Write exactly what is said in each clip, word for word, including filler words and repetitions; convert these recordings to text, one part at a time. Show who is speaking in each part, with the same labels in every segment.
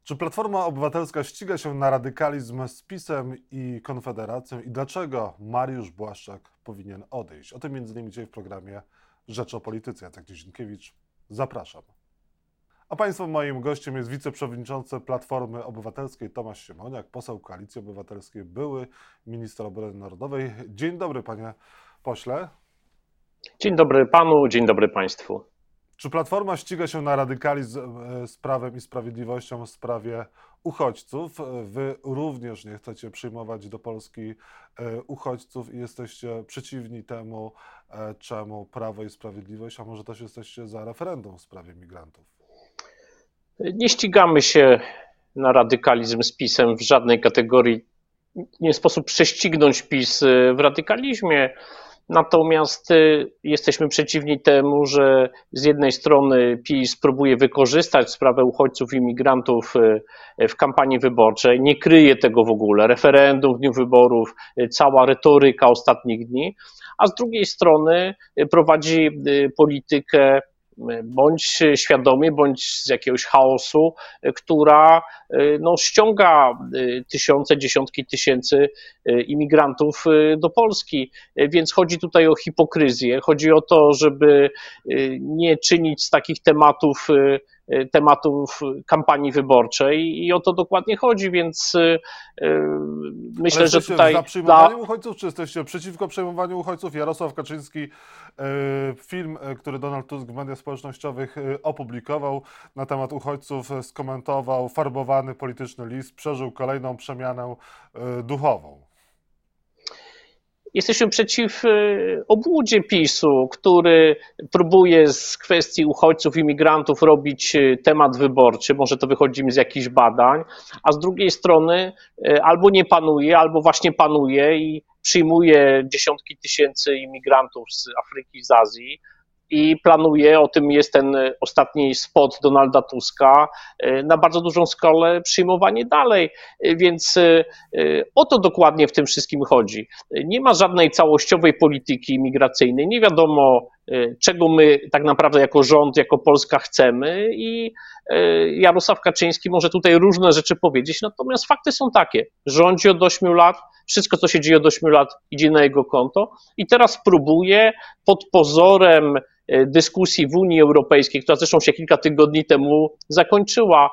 Speaker 1: Czy Platforma Obywatelska ściga się na radykalizm z PiS-em i Konfederacją i dlaczego Mariusz Błaszczak powinien odejść? O tym między innymi dzisiaj w programie Rzecz o Polityce. Jacek Nizinkiewicz, zapraszam. A Państwa moim gościem jest wiceprzewodniczący Platformy Obywatelskiej Tomasz Siemoniak, poseł Koalicji Obywatelskiej, były minister obrony narodowej. Dzień dobry, panie pośle.
Speaker 2: Dzień dobry panu, dzień dobry państwu.
Speaker 1: Czy Platforma ściga się na radykalizm z Prawem i Sprawiedliwością w sprawie uchodźców? Wy również nie chcecie przyjmować do Polski uchodźców i jesteście przeciwni temu, czemu Prawo i Sprawiedliwość, a może też jesteście za referendum w sprawie migrantów?
Speaker 2: Nie ścigamy się na radykalizm z PiS-em w żadnej kategorii. Nie sposób prześcignąć PiS w radykalizmie. Natomiast jesteśmy przeciwni temu, że z jednej strony PiS próbuje wykorzystać sprawę uchodźców i migrantów w kampanii wyborczej, nie kryje tego w ogóle, referendum w dniu wyborów, cała retoryka ostatnich dni, a z drugiej strony prowadzi politykę bądź świadomie, bądź z jakiegoś chaosu, która no, ściąga tysiące, dziesiątki tysięcy imigrantów do Polski. Więc chodzi tutaj o hipokryzję, chodzi o to, żeby nie czynić z takich tematów tematów kampanii wyborczej i o to dokładnie chodzi, więc myślę,
Speaker 1: Ale
Speaker 2: że tutaj...
Speaker 1: za przyjmowaniem dla... uchodźców, czy jesteście przeciwko przyjmowaniu uchodźców? Jarosław Kaczyński, film, który Donald Tusk w mediach społecznościowych opublikował na temat uchodźców, skomentował farbowany polityczny list, przeżył kolejną przemianę duchową.
Speaker 2: Jesteśmy przeciw obłudzie PiS-u, który próbuje z kwestii uchodźców, imigrantów robić temat wyborczy, może to wychodzi z jakichś badań, a z drugiej strony albo nie panuje, albo właśnie panuje i przyjmuje dziesiątki tysięcy imigrantów z Afryki, z Azji i planuje, o tym jest ten ostatni spot Donalda Tuska, na bardzo dużą skalę przyjmowanie dalej, więc o to dokładnie w tym wszystkim chodzi. Nie ma żadnej całościowej polityki migracyjnej, nie wiadomo, czego my tak naprawdę jako rząd, jako Polska chcemy i Jarosław Kaczyński może tutaj różne rzeczy powiedzieć, natomiast fakty są takie, rządzi od ośmiu lat, wszystko co się dzieje od ośmiu lat idzie na jego konto i teraz próbuje pod pozorem dyskusji w Unii Europejskiej, która zresztą się kilka tygodni temu zakończyła,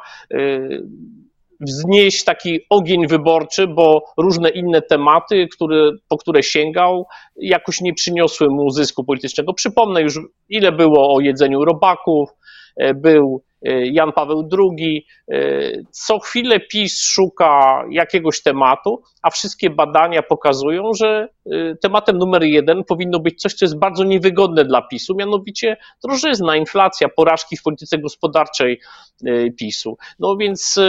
Speaker 2: wznieść taki ogień wyborczy, bo różne inne tematy, które, po które sięgał, jakoś nie przyniosły mu zysku politycznego. Przypomnę już, ile było o jedzeniu robaków, był Jan Paweł drugi. Co chwilę PiS szuka jakiegoś tematu, a wszystkie badania pokazują, że tematem numer jeden powinno być coś, co jest bardzo niewygodne dla PiSu, mianowicie drożyzna, inflacja, porażki w polityce gospodarczej PiSu. No więc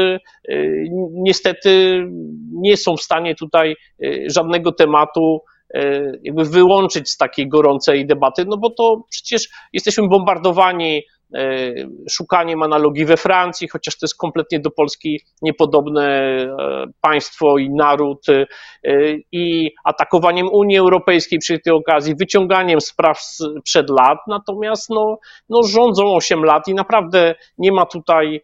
Speaker 2: niestety nie są w stanie tutaj żadnego tematu jakby wyłączyć z takiej gorącej debaty, no bo to przecież jesteśmy bombardowani szukaniem analogii we Francji, chociaż to jest kompletnie do Polski niepodobne państwo i naród, i atakowaniem Unii Europejskiej przy tej okazji, wyciąganiem spraw sprzed lat, natomiast no, no rządzą osiem lat i naprawdę nie ma tutaj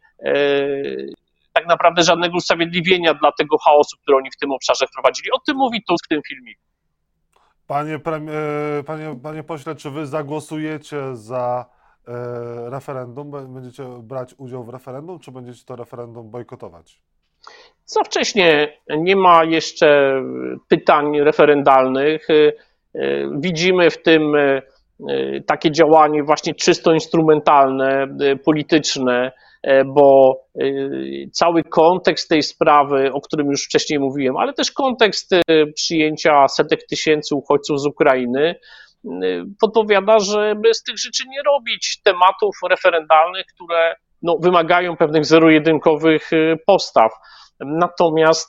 Speaker 2: tak naprawdę żadnego usprawiedliwienia dla tego chaosu, który oni w tym obszarze wprowadzili. O tym mówi Tusk w tym filmiku.
Speaker 1: Panie, premie, panie, panie pośle, czy wy zagłosujecie za referendum? Będziecie brać udział w referendum, czy będziecie to referendum bojkotować?
Speaker 2: Za wcześnie, nie ma jeszcze pytań referendalnych. Widzimy w tym takie działanie właśnie czysto instrumentalne, polityczne, bo cały kontekst tej sprawy, o którym już wcześniej mówiłem, ale też kontekst przyjęcia setek tysięcy uchodźców z Ukrainy podpowiada, żeby z tych rzeczy nie robić tematów referendalnych, które no, wymagają pewnych zero-jedynkowych postaw. Natomiast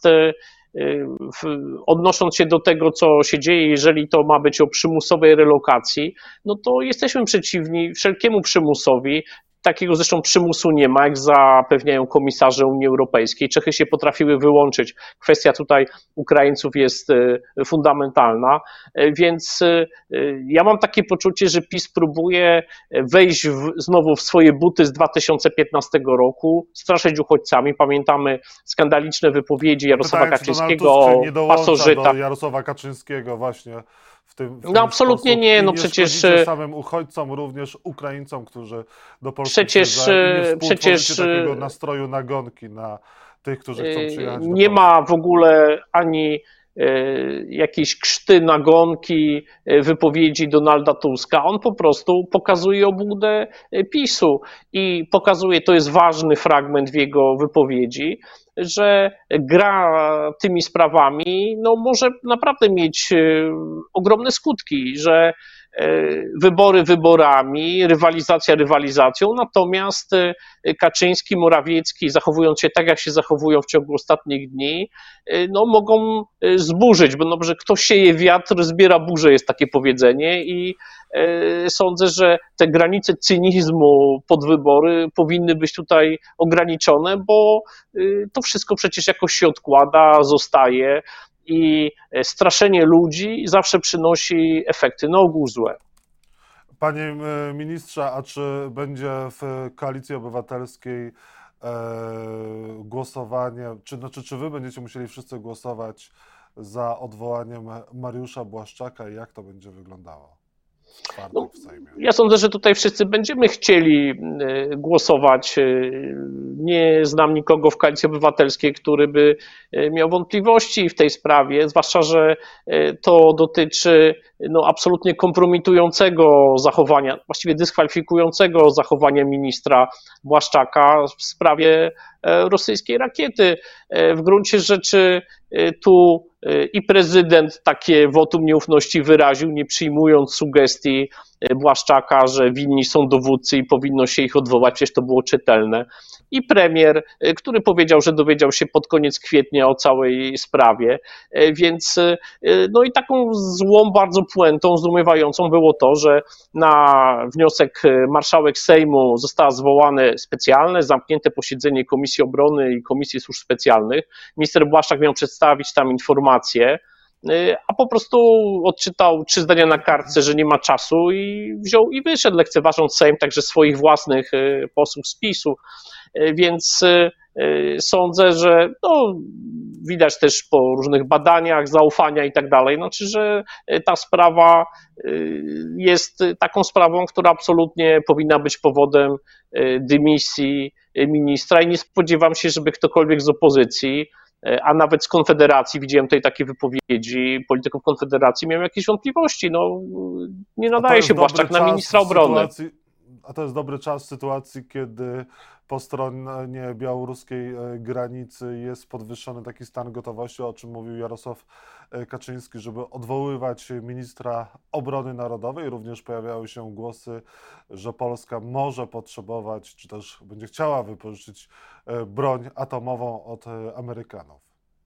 Speaker 2: odnosząc się do tego, co się dzieje, jeżeli to ma być o przymusowej relokacji, no to jesteśmy przeciwni wszelkiemu przymusowi. Takiego zresztą przymusu nie ma, jak zapewniają komisarze Unii Europejskiej. Czechy się potrafiły wyłączyć. Kwestia tutaj Ukraińców jest fundamentalna, więc ja mam takie poczucie, że PiS próbuje wejść w, znowu w swoje buty z dwa tysiące piętnastego roku, straszyć uchodźcami. Pamiętamy skandaliczne wypowiedzi Jarosława
Speaker 1: Pytanie,
Speaker 2: Kaczyńskiego o
Speaker 1: nie dołącza
Speaker 2: pasożytach.
Speaker 1: do Jarosława Kaczyńskiego właśnie w tym, w
Speaker 2: No
Speaker 1: ten
Speaker 2: absolutnie
Speaker 1: sposób.
Speaker 2: nie,
Speaker 1: I
Speaker 2: no
Speaker 1: nie
Speaker 2: przecież
Speaker 1: szkodzicie samym uchodźcom, również Ukraińcom, którzy do Polski
Speaker 2: przecież,
Speaker 1: przyjeżdżają, i nie
Speaker 2: przecież
Speaker 1: takiego nastroju nagonki na tych, którzy chcą przyjechać do
Speaker 2: nie
Speaker 1: Polski.
Speaker 2: ma w ogóle ani jakieś krzty, nagonki, wypowiedzi Donalda Tuska. On po prostu pokazuje obłudę PiSu i pokazuje, to jest ważny fragment w jego wypowiedzi, że gra tymi sprawami no, może naprawdę mieć ogromne skutki, że wybory wyborami, rywalizacja rywalizacją, natomiast Kaczyński, Morawiecki, zachowując się tak, jak się zachowują w ciągu ostatnich dni, no, mogą zburzyć, bo no, że kto sieje wiatr, zbiera burzę, jest takie powiedzenie i sądzę, że te granice cynizmu pod wybory powinny być tutaj ograniczone, bo to wszystko przecież jakoś się odkłada, zostaje i straszenie ludzi zawsze przynosi efekty na ogół złe.
Speaker 1: Panie ministrze, a czy będzie w Koalicji Obywatelskiej e, głosowanie, czy, znaczy, czy wy będziecie musieli wszyscy głosować za odwołaniem Mariusza Błaszczaka i jak to będzie wyglądało?
Speaker 2: No, ja sądzę, że tutaj wszyscy będziemy chcieli głosować. Nie znam nikogo w Koalicji Obywatelskiej, który by miał wątpliwości w tej sprawie, zwłaszcza że to dotyczy no, absolutnie kompromitującego zachowania, właściwie dyskwalifikującego zachowania ministra Błaszczaka w sprawie rosyjskiej rakiety. W gruncie rzeczy tu i prezydent takie wotum nieufności wyraził, nie przyjmując sugestii Błaszczaka, że winni są dowódcy i powinno się ich odwołać, przecież to było czytelne. I premier, który powiedział, że dowiedział się pod koniec kwietnia o całej sprawie, więc no i taką złą bardzo puentą, zdumiewającą było to, że na wniosek marszałek Sejmu zostało zwołane specjalne, zamknięte posiedzenie Komisji Obrony i Komisji Służb Specjalnych. Minister Błaszczak miał przedstawić tam informacje, a po prostu odczytał trzy zdania na kartce, że nie ma czasu i wziął i wyszedł, lekceważąc Sejm, także swoich własnych posłów z PiSu. Więc sądzę, że no, widać też po różnych badaniach zaufania i tak dalej, znaczy, że ta sprawa jest taką sprawą, która absolutnie powinna być powodem dymisji ministra i nie spodziewam się, żeby ktokolwiek z opozycji, a nawet z Konfederacji, widziałem tutaj takie wypowiedzi polityków Konfederacji, miałem jakieś wątpliwości. No, nie nadaje się Błaszczak na ministra obrony.
Speaker 1: A to jest dobry czas w sytuacji, kiedy po stronie białoruskiej granicy jest podwyższony taki stan gotowości, o czym mówił Jarosław Kaczyński, żeby odwoływać ministra obrony narodowej. Również pojawiały się głosy, że Polska może potrzebować, czy też będzie chciała wypożyczyć broń atomową od Amerykanów.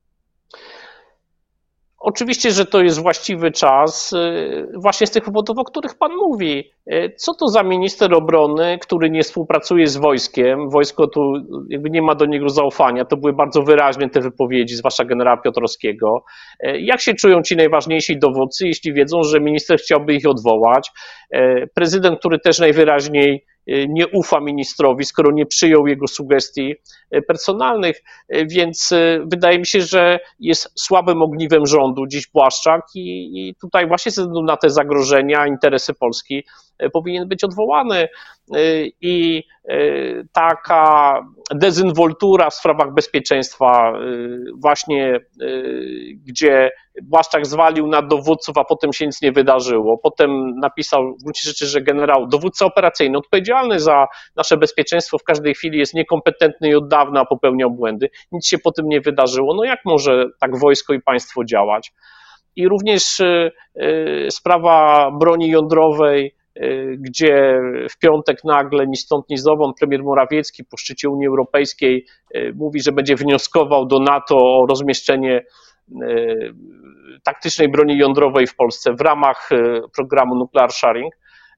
Speaker 2: Oczywiście, że to jest właściwy czas właśnie z tych powodów, o których pan mówi. Co to za minister obrony, który nie współpracuje z wojskiem? Wojsko tu jakby nie ma do niego zaufania. To były bardzo wyraźne te wypowiedzi, zwłaszcza generała Piotrowskiego. Jak się czują ci najważniejsi dowódcy, jeśli wiedzą, że minister chciałby ich odwołać? Prezydent, który też najwyraźniej nie ufa ministrowi, skoro nie przyjął jego sugestii personalnych, więc wydaje mi się, że jest słabym ogniwem rządu dziś Błaszczak i, i tutaj właśnie ze względu na te zagrożenia, interesy Polski powinien być odwołany i taka dezynwoltura w sprawach bezpieczeństwa właśnie, gdzie Błaszczak zwalił na dowódców, a potem się nic nie wydarzyło. Potem napisał w gruncie rzeczy, że generał, dowódca operacyjny odpowiedzialny za nasze bezpieczeństwo w każdej chwili jest niekompetentny i od dawna popełniał błędy. Nic się po tym nie wydarzyło. No jak może tak wojsko i państwo działać? I również sprawa broni jądrowej, gdzie w piątek nagle ni stąd ni zowąd premier Morawiecki po szczycie Unii Europejskiej mówi, że będzie wnioskował do NATO o rozmieszczenie taktycznej broni jądrowej w Polsce w ramach programu Nuclear Sharing.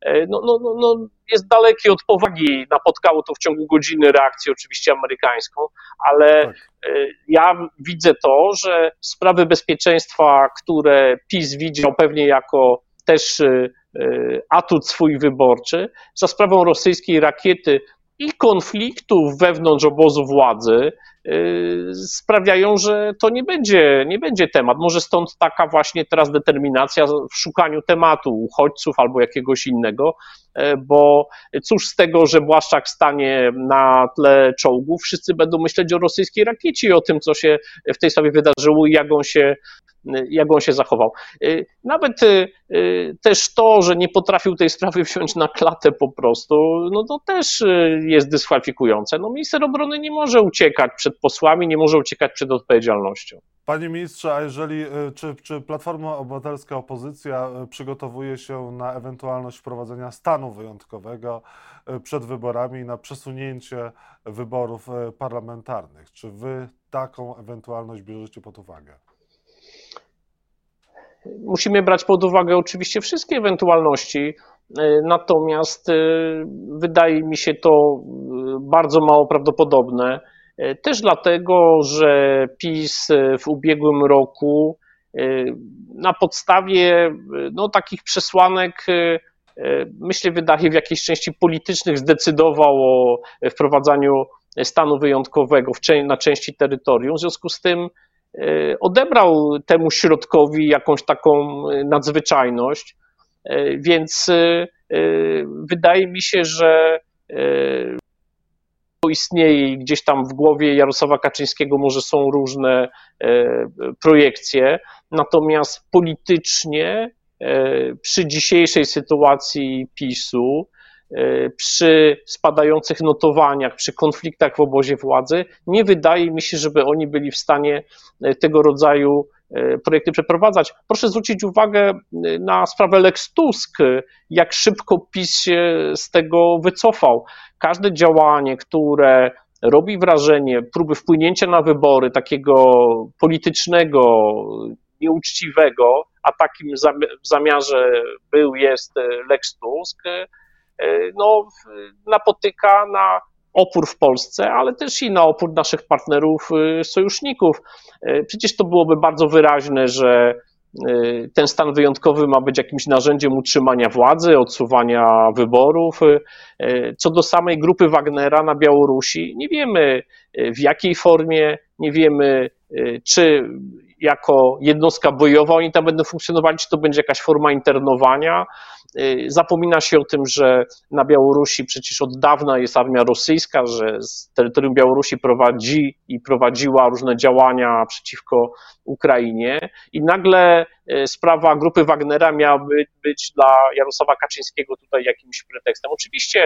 Speaker 2: no, no, no, no jest dalekie od powagi. Napotkało to w ciągu godziny reakcję oczywiście amerykańską, ale
Speaker 1: Tak.
Speaker 2: ja widzę to, że sprawy bezpieczeństwa, które PiS widział pewnie jako też atut swój wyborczy, za sprawą rosyjskiej rakiety i konfliktów wewnątrz obozu władzy sprawiają, że to nie będzie, nie będzie temat. Może stąd taka właśnie teraz determinacja w szukaniu tematu uchodźców albo jakiegoś innego, bo cóż z tego, że Błaszczak stanie na tle czołgów, wszyscy będą myśleć o rosyjskiej rakiecie i o tym, co się w tej sprawie wydarzyło i jak on się jak on się zachował. Nawet też to, że nie potrafił tej sprawy wziąć na klatę po prostu, no to też jest dyskwalifikujące. No, minister obrony nie może uciekać przed posłami, nie może uciekać przed odpowiedzialnością.
Speaker 1: Panie ministrze, a jeżeli, czy, czy Platforma Obywatelska, opozycja przygotowuje się na ewentualność wprowadzenia stanu wyjątkowego przed wyborami, na przesunięcie wyborów parlamentarnych? Czy wy taką ewentualność bierzecie pod uwagę?
Speaker 2: Musimy brać pod uwagę oczywiście wszystkie ewentualności, natomiast wydaje mi się to bardzo mało prawdopodobne. Też dlatego, że PiS w ubiegłym roku na podstawie no, takich przesłanek, myślę, wydaje w jakiejś części politycznych, zdecydował o wprowadzaniu stanu wyjątkowego na części terytorium. W związku z tym odebrał temu środkowi jakąś taką nadzwyczajność, więc wydaje mi się, że to istnieje i gdzieś tam w głowie Jarosława Kaczyńskiego może są różne projekcje, natomiast politycznie przy dzisiejszej sytuacji PiSu, przy spadających notowaniach, przy konfliktach w obozie władzy, nie wydaje mi się, żeby oni byli w stanie tego rodzaju projekty przeprowadzać. Proszę zwrócić uwagę na sprawę Lex Tusk, jak szybko PiS się z tego wycofał. Każde działanie, które robi wrażenie próby wpłynięcia na wybory takiego politycznego, nieuczciwego, a takim w zamiarze był, jest Lex Tusk, no, napotyka na opór w Polsce, ale też i na opór naszych partnerów, sojuszników. Przecież to byłoby bardzo wyraźne, że ten stan wyjątkowy ma być jakimś narzędziem utrzymania władzy, odsuwania wyborów. Co do samej grupy Wagnera na Białorusi, nie wiemy w jakiej formie, nie wiemy czy jako jednostka bojowa oni tam będą funkcjonowali, czy to będzie jakaś forma internowania. Zapomina się o tym, że na Białorusi przecież od dawna jest armia rosyjska, że z terytorium Białorusi prowadzi i prowadziła różne działania przeciwko Ukrainie i nagle sprawa grupy Wagnera miała być dla Jarosława Kaczyńskiego tutaj jakimś pretekstem. Oczywiście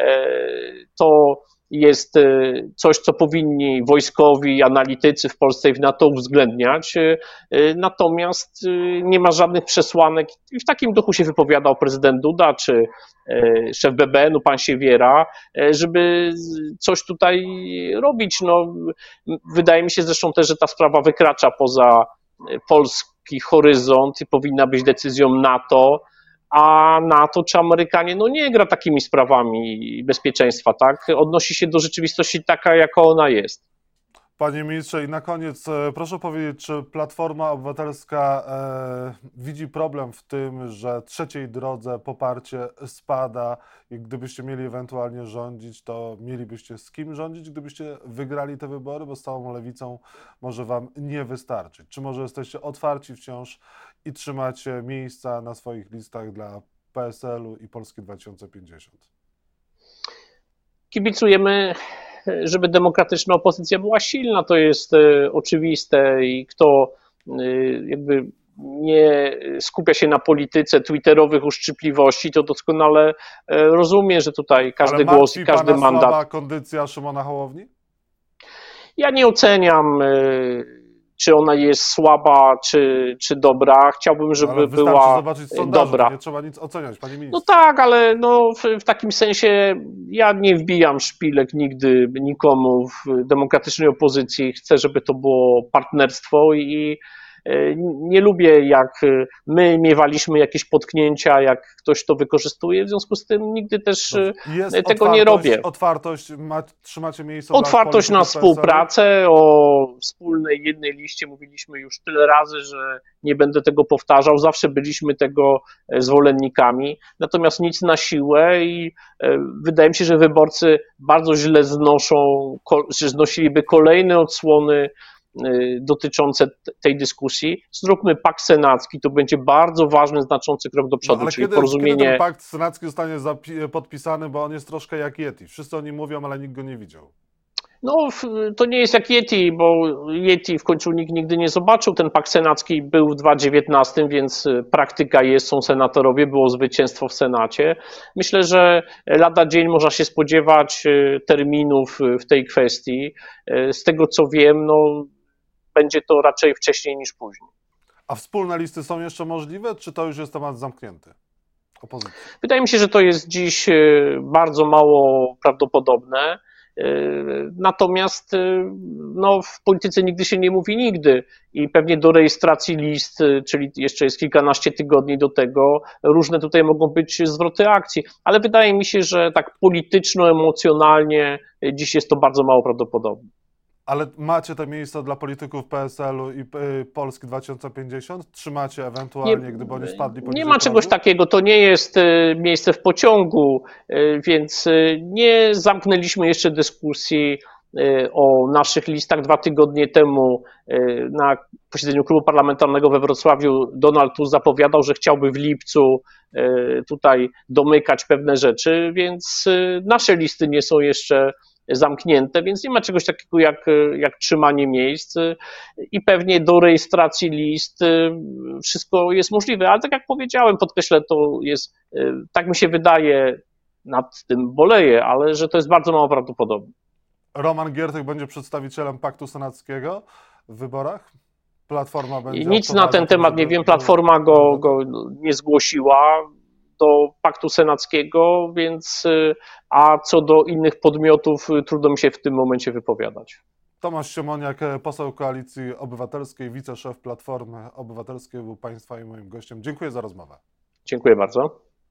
Speaker 2: to jest coś, co powinni wojskowi, analitycy w Polsce i w NATO uwzględniać, natomiast nie ma żadnych przesłanek i w takim duchu się wypowiadał prezydent Duda czy szef B B N-u, pan Siewiera, żeby coś tutaj robić. No, wydaje mi się zresztą też, że ta sprawa wykracza poza polski horyzont i powinna być decyzją NATO, a NATO czy Amerykanie no nie gra takimi sprawami bezpieczeństwa, tak? Odnosi się do rzeczywistości taka, jaka ona jest.
Speaker 1: Panie ministrze, i na koniec proszę powiedzieć, czy Platforma Obywatelska e, widzi problem w tym, że trzeciej drodze poparcie spada i gdybyście mieli ewentualnie rządzić, to mielibyście z kim rządzić, gdybyście wygrali te wybory, bo z całą lewicą może wam nie wystarczyć. Czy może jesteście otwarci wciąż i trzymacie miejsca na swoich listach dla P S L-u i Polski dwa tysiące pięćdziesiąt?
Speaker 2: Kibicujemy, żeby demokratyczna opozycja była silna, to jest oczywiste i kto jakby nie skupia się na polityce twitterowych uszczypliwości, to doskonale rozumie, że tutaj każdy
Speaker 1: Ale
Speaker 2: głos i każdy
Speaker 1: pana
Speaker 2: mandat.
Speaker 1: słaba kondycja Szymona Hołowni?
Speaker 2: Ja nie oceniam, czy ona jest słaba, czy, czy dobra. Chciałbym, żeby
Speaker 1: ale wystarczy
Speaker 2: była
Speaker 1: zobaczyć sondaże,
Speaker 2: dobra.
Speaker 1: nie trzeba nic oceniać, panie ministrze.
Speaker 2: No tak, ale no w, w takim sensie ja nie wbijam szpilek nigdy nikomu w demokratycznej opozycji. Chcę, żeby to było partnerstwo i Nie lubię, jak my miewaliśmy jakieś potknięcia, jak ktoś to wykorzystuje, w związku z tym nigdy też
Speaker 1: Jest
Speaker 2: tego nie robię.
Speaker 1: Otwartość, ma, trzymacie miejsce
Speaker 2: Otwartość
Speaker 1: dla
Speaker 2: na
Speaker 1: polityków P S L-u?
Speaker 2: współpracę, o wspólnej jednej liście mówiliśmy już tyle razy, że nie będę tego powtarzał, zawsze byliśmy tego zwolennikami, natomiast nic na siłę i wydaje mi się, że wyborcy bardzo źle znoszą, że znosiliby kolejne odsłony dotyczące tej dyskusji. Zróbmy pakt senacki, to będzie bardzo ważny, znaczący krok do przodu,
Speaker 1: no, ale
Speaker 2: czyli
Speaker 1: kiedy,
Speaker 2: porozumienie...
Speaker 1: kiedy ten pakt senacki zostanie podpisany, bo on jest troszkę jak Yeti. Wszyscy o nim mówią, ale nikt go nie widział.
Speaker 2: No, to nie jest jak Yeti, bo Yeti w końcu nikt nigdy nie zobaczył. Ten pakt senacki był w dwa tysiące dziewiętnastym, więc praktyka jest, są senatorowie, było zwycięstwo w Senacie. Myślę, że lada dzień można się spodziewać terminów w tej kwestii. Z tego co wiem, no, będzie to raczej wcześniej niż później.
Speaker 1: A wspólne listy są jeszcze możliwe, czy to już jest temat zamknięty? Opozycji.
Speaker 2: Wydaje mi się, że to jest dziś bardzo mało prawdopodobne. Natomiast no, w polityce nigdy się nie mówi nigdy i pewnie do rejestracji list, czyli jeszcze jest kilkanaście tygodni do tego, różne tutaj mogą być zwroty akcji, ale wydaje mi się, że tak polityczno-emocjonalnie dziś jest to bardzo mało prawdopodobne.
Speaker 1: Ale macie te miejsca dla polityków P S L-u i Polski dwa tysiące pięćdziesiąt? Trzymacie ewentualnie, nie, gdyby oni spadli poniżej
Speaker 2: Nie ma czegoś
Speaker 1: progu?
Speaker 2: takiego, to nie jest miejsce w pociągu, więc nie zamknęliśmy jeszcze dyskusji o naszych listach. Dwa tygodnie temu na posiedzeniu klubu parlamentarnego we Wrocławiu Donald Tusk zapowiadał, że chciałby w lipcu tutaj domykać pewne rzeczy, więc nasze listy nie są jeszcze zamknięte, więc nie ma czegoś takiego jak, jak trzymanie miejsc i pewnie do rejestracji list wszystko jest możliwe, ale tak jak powiedziałem, podkreślę, to jest, tak mi się wydaje, nad tym boleję, ale że to jest bardzo mało prawdopodobne.
Speaker 1: Roman Giertych będzie przedstawicielem paktu senackiego w wyborach? Platforma będzie...
Speaker 2: Nic na ten temat nie wiem, Platforma go, go nie zgłosiła do paktu senackiego, więc a co do innych podmiotów trudno mi się w tym momencie wypowiadać.
Speaker 1: Tomasz Siemoniak, poseł Koalicji Obywatelskiej, wiceszef Platformy Obywatelskiej, był Państwa i moim gościem. Dziękuję za rozmowę.
Speaker 2: Dziękuję bardzo.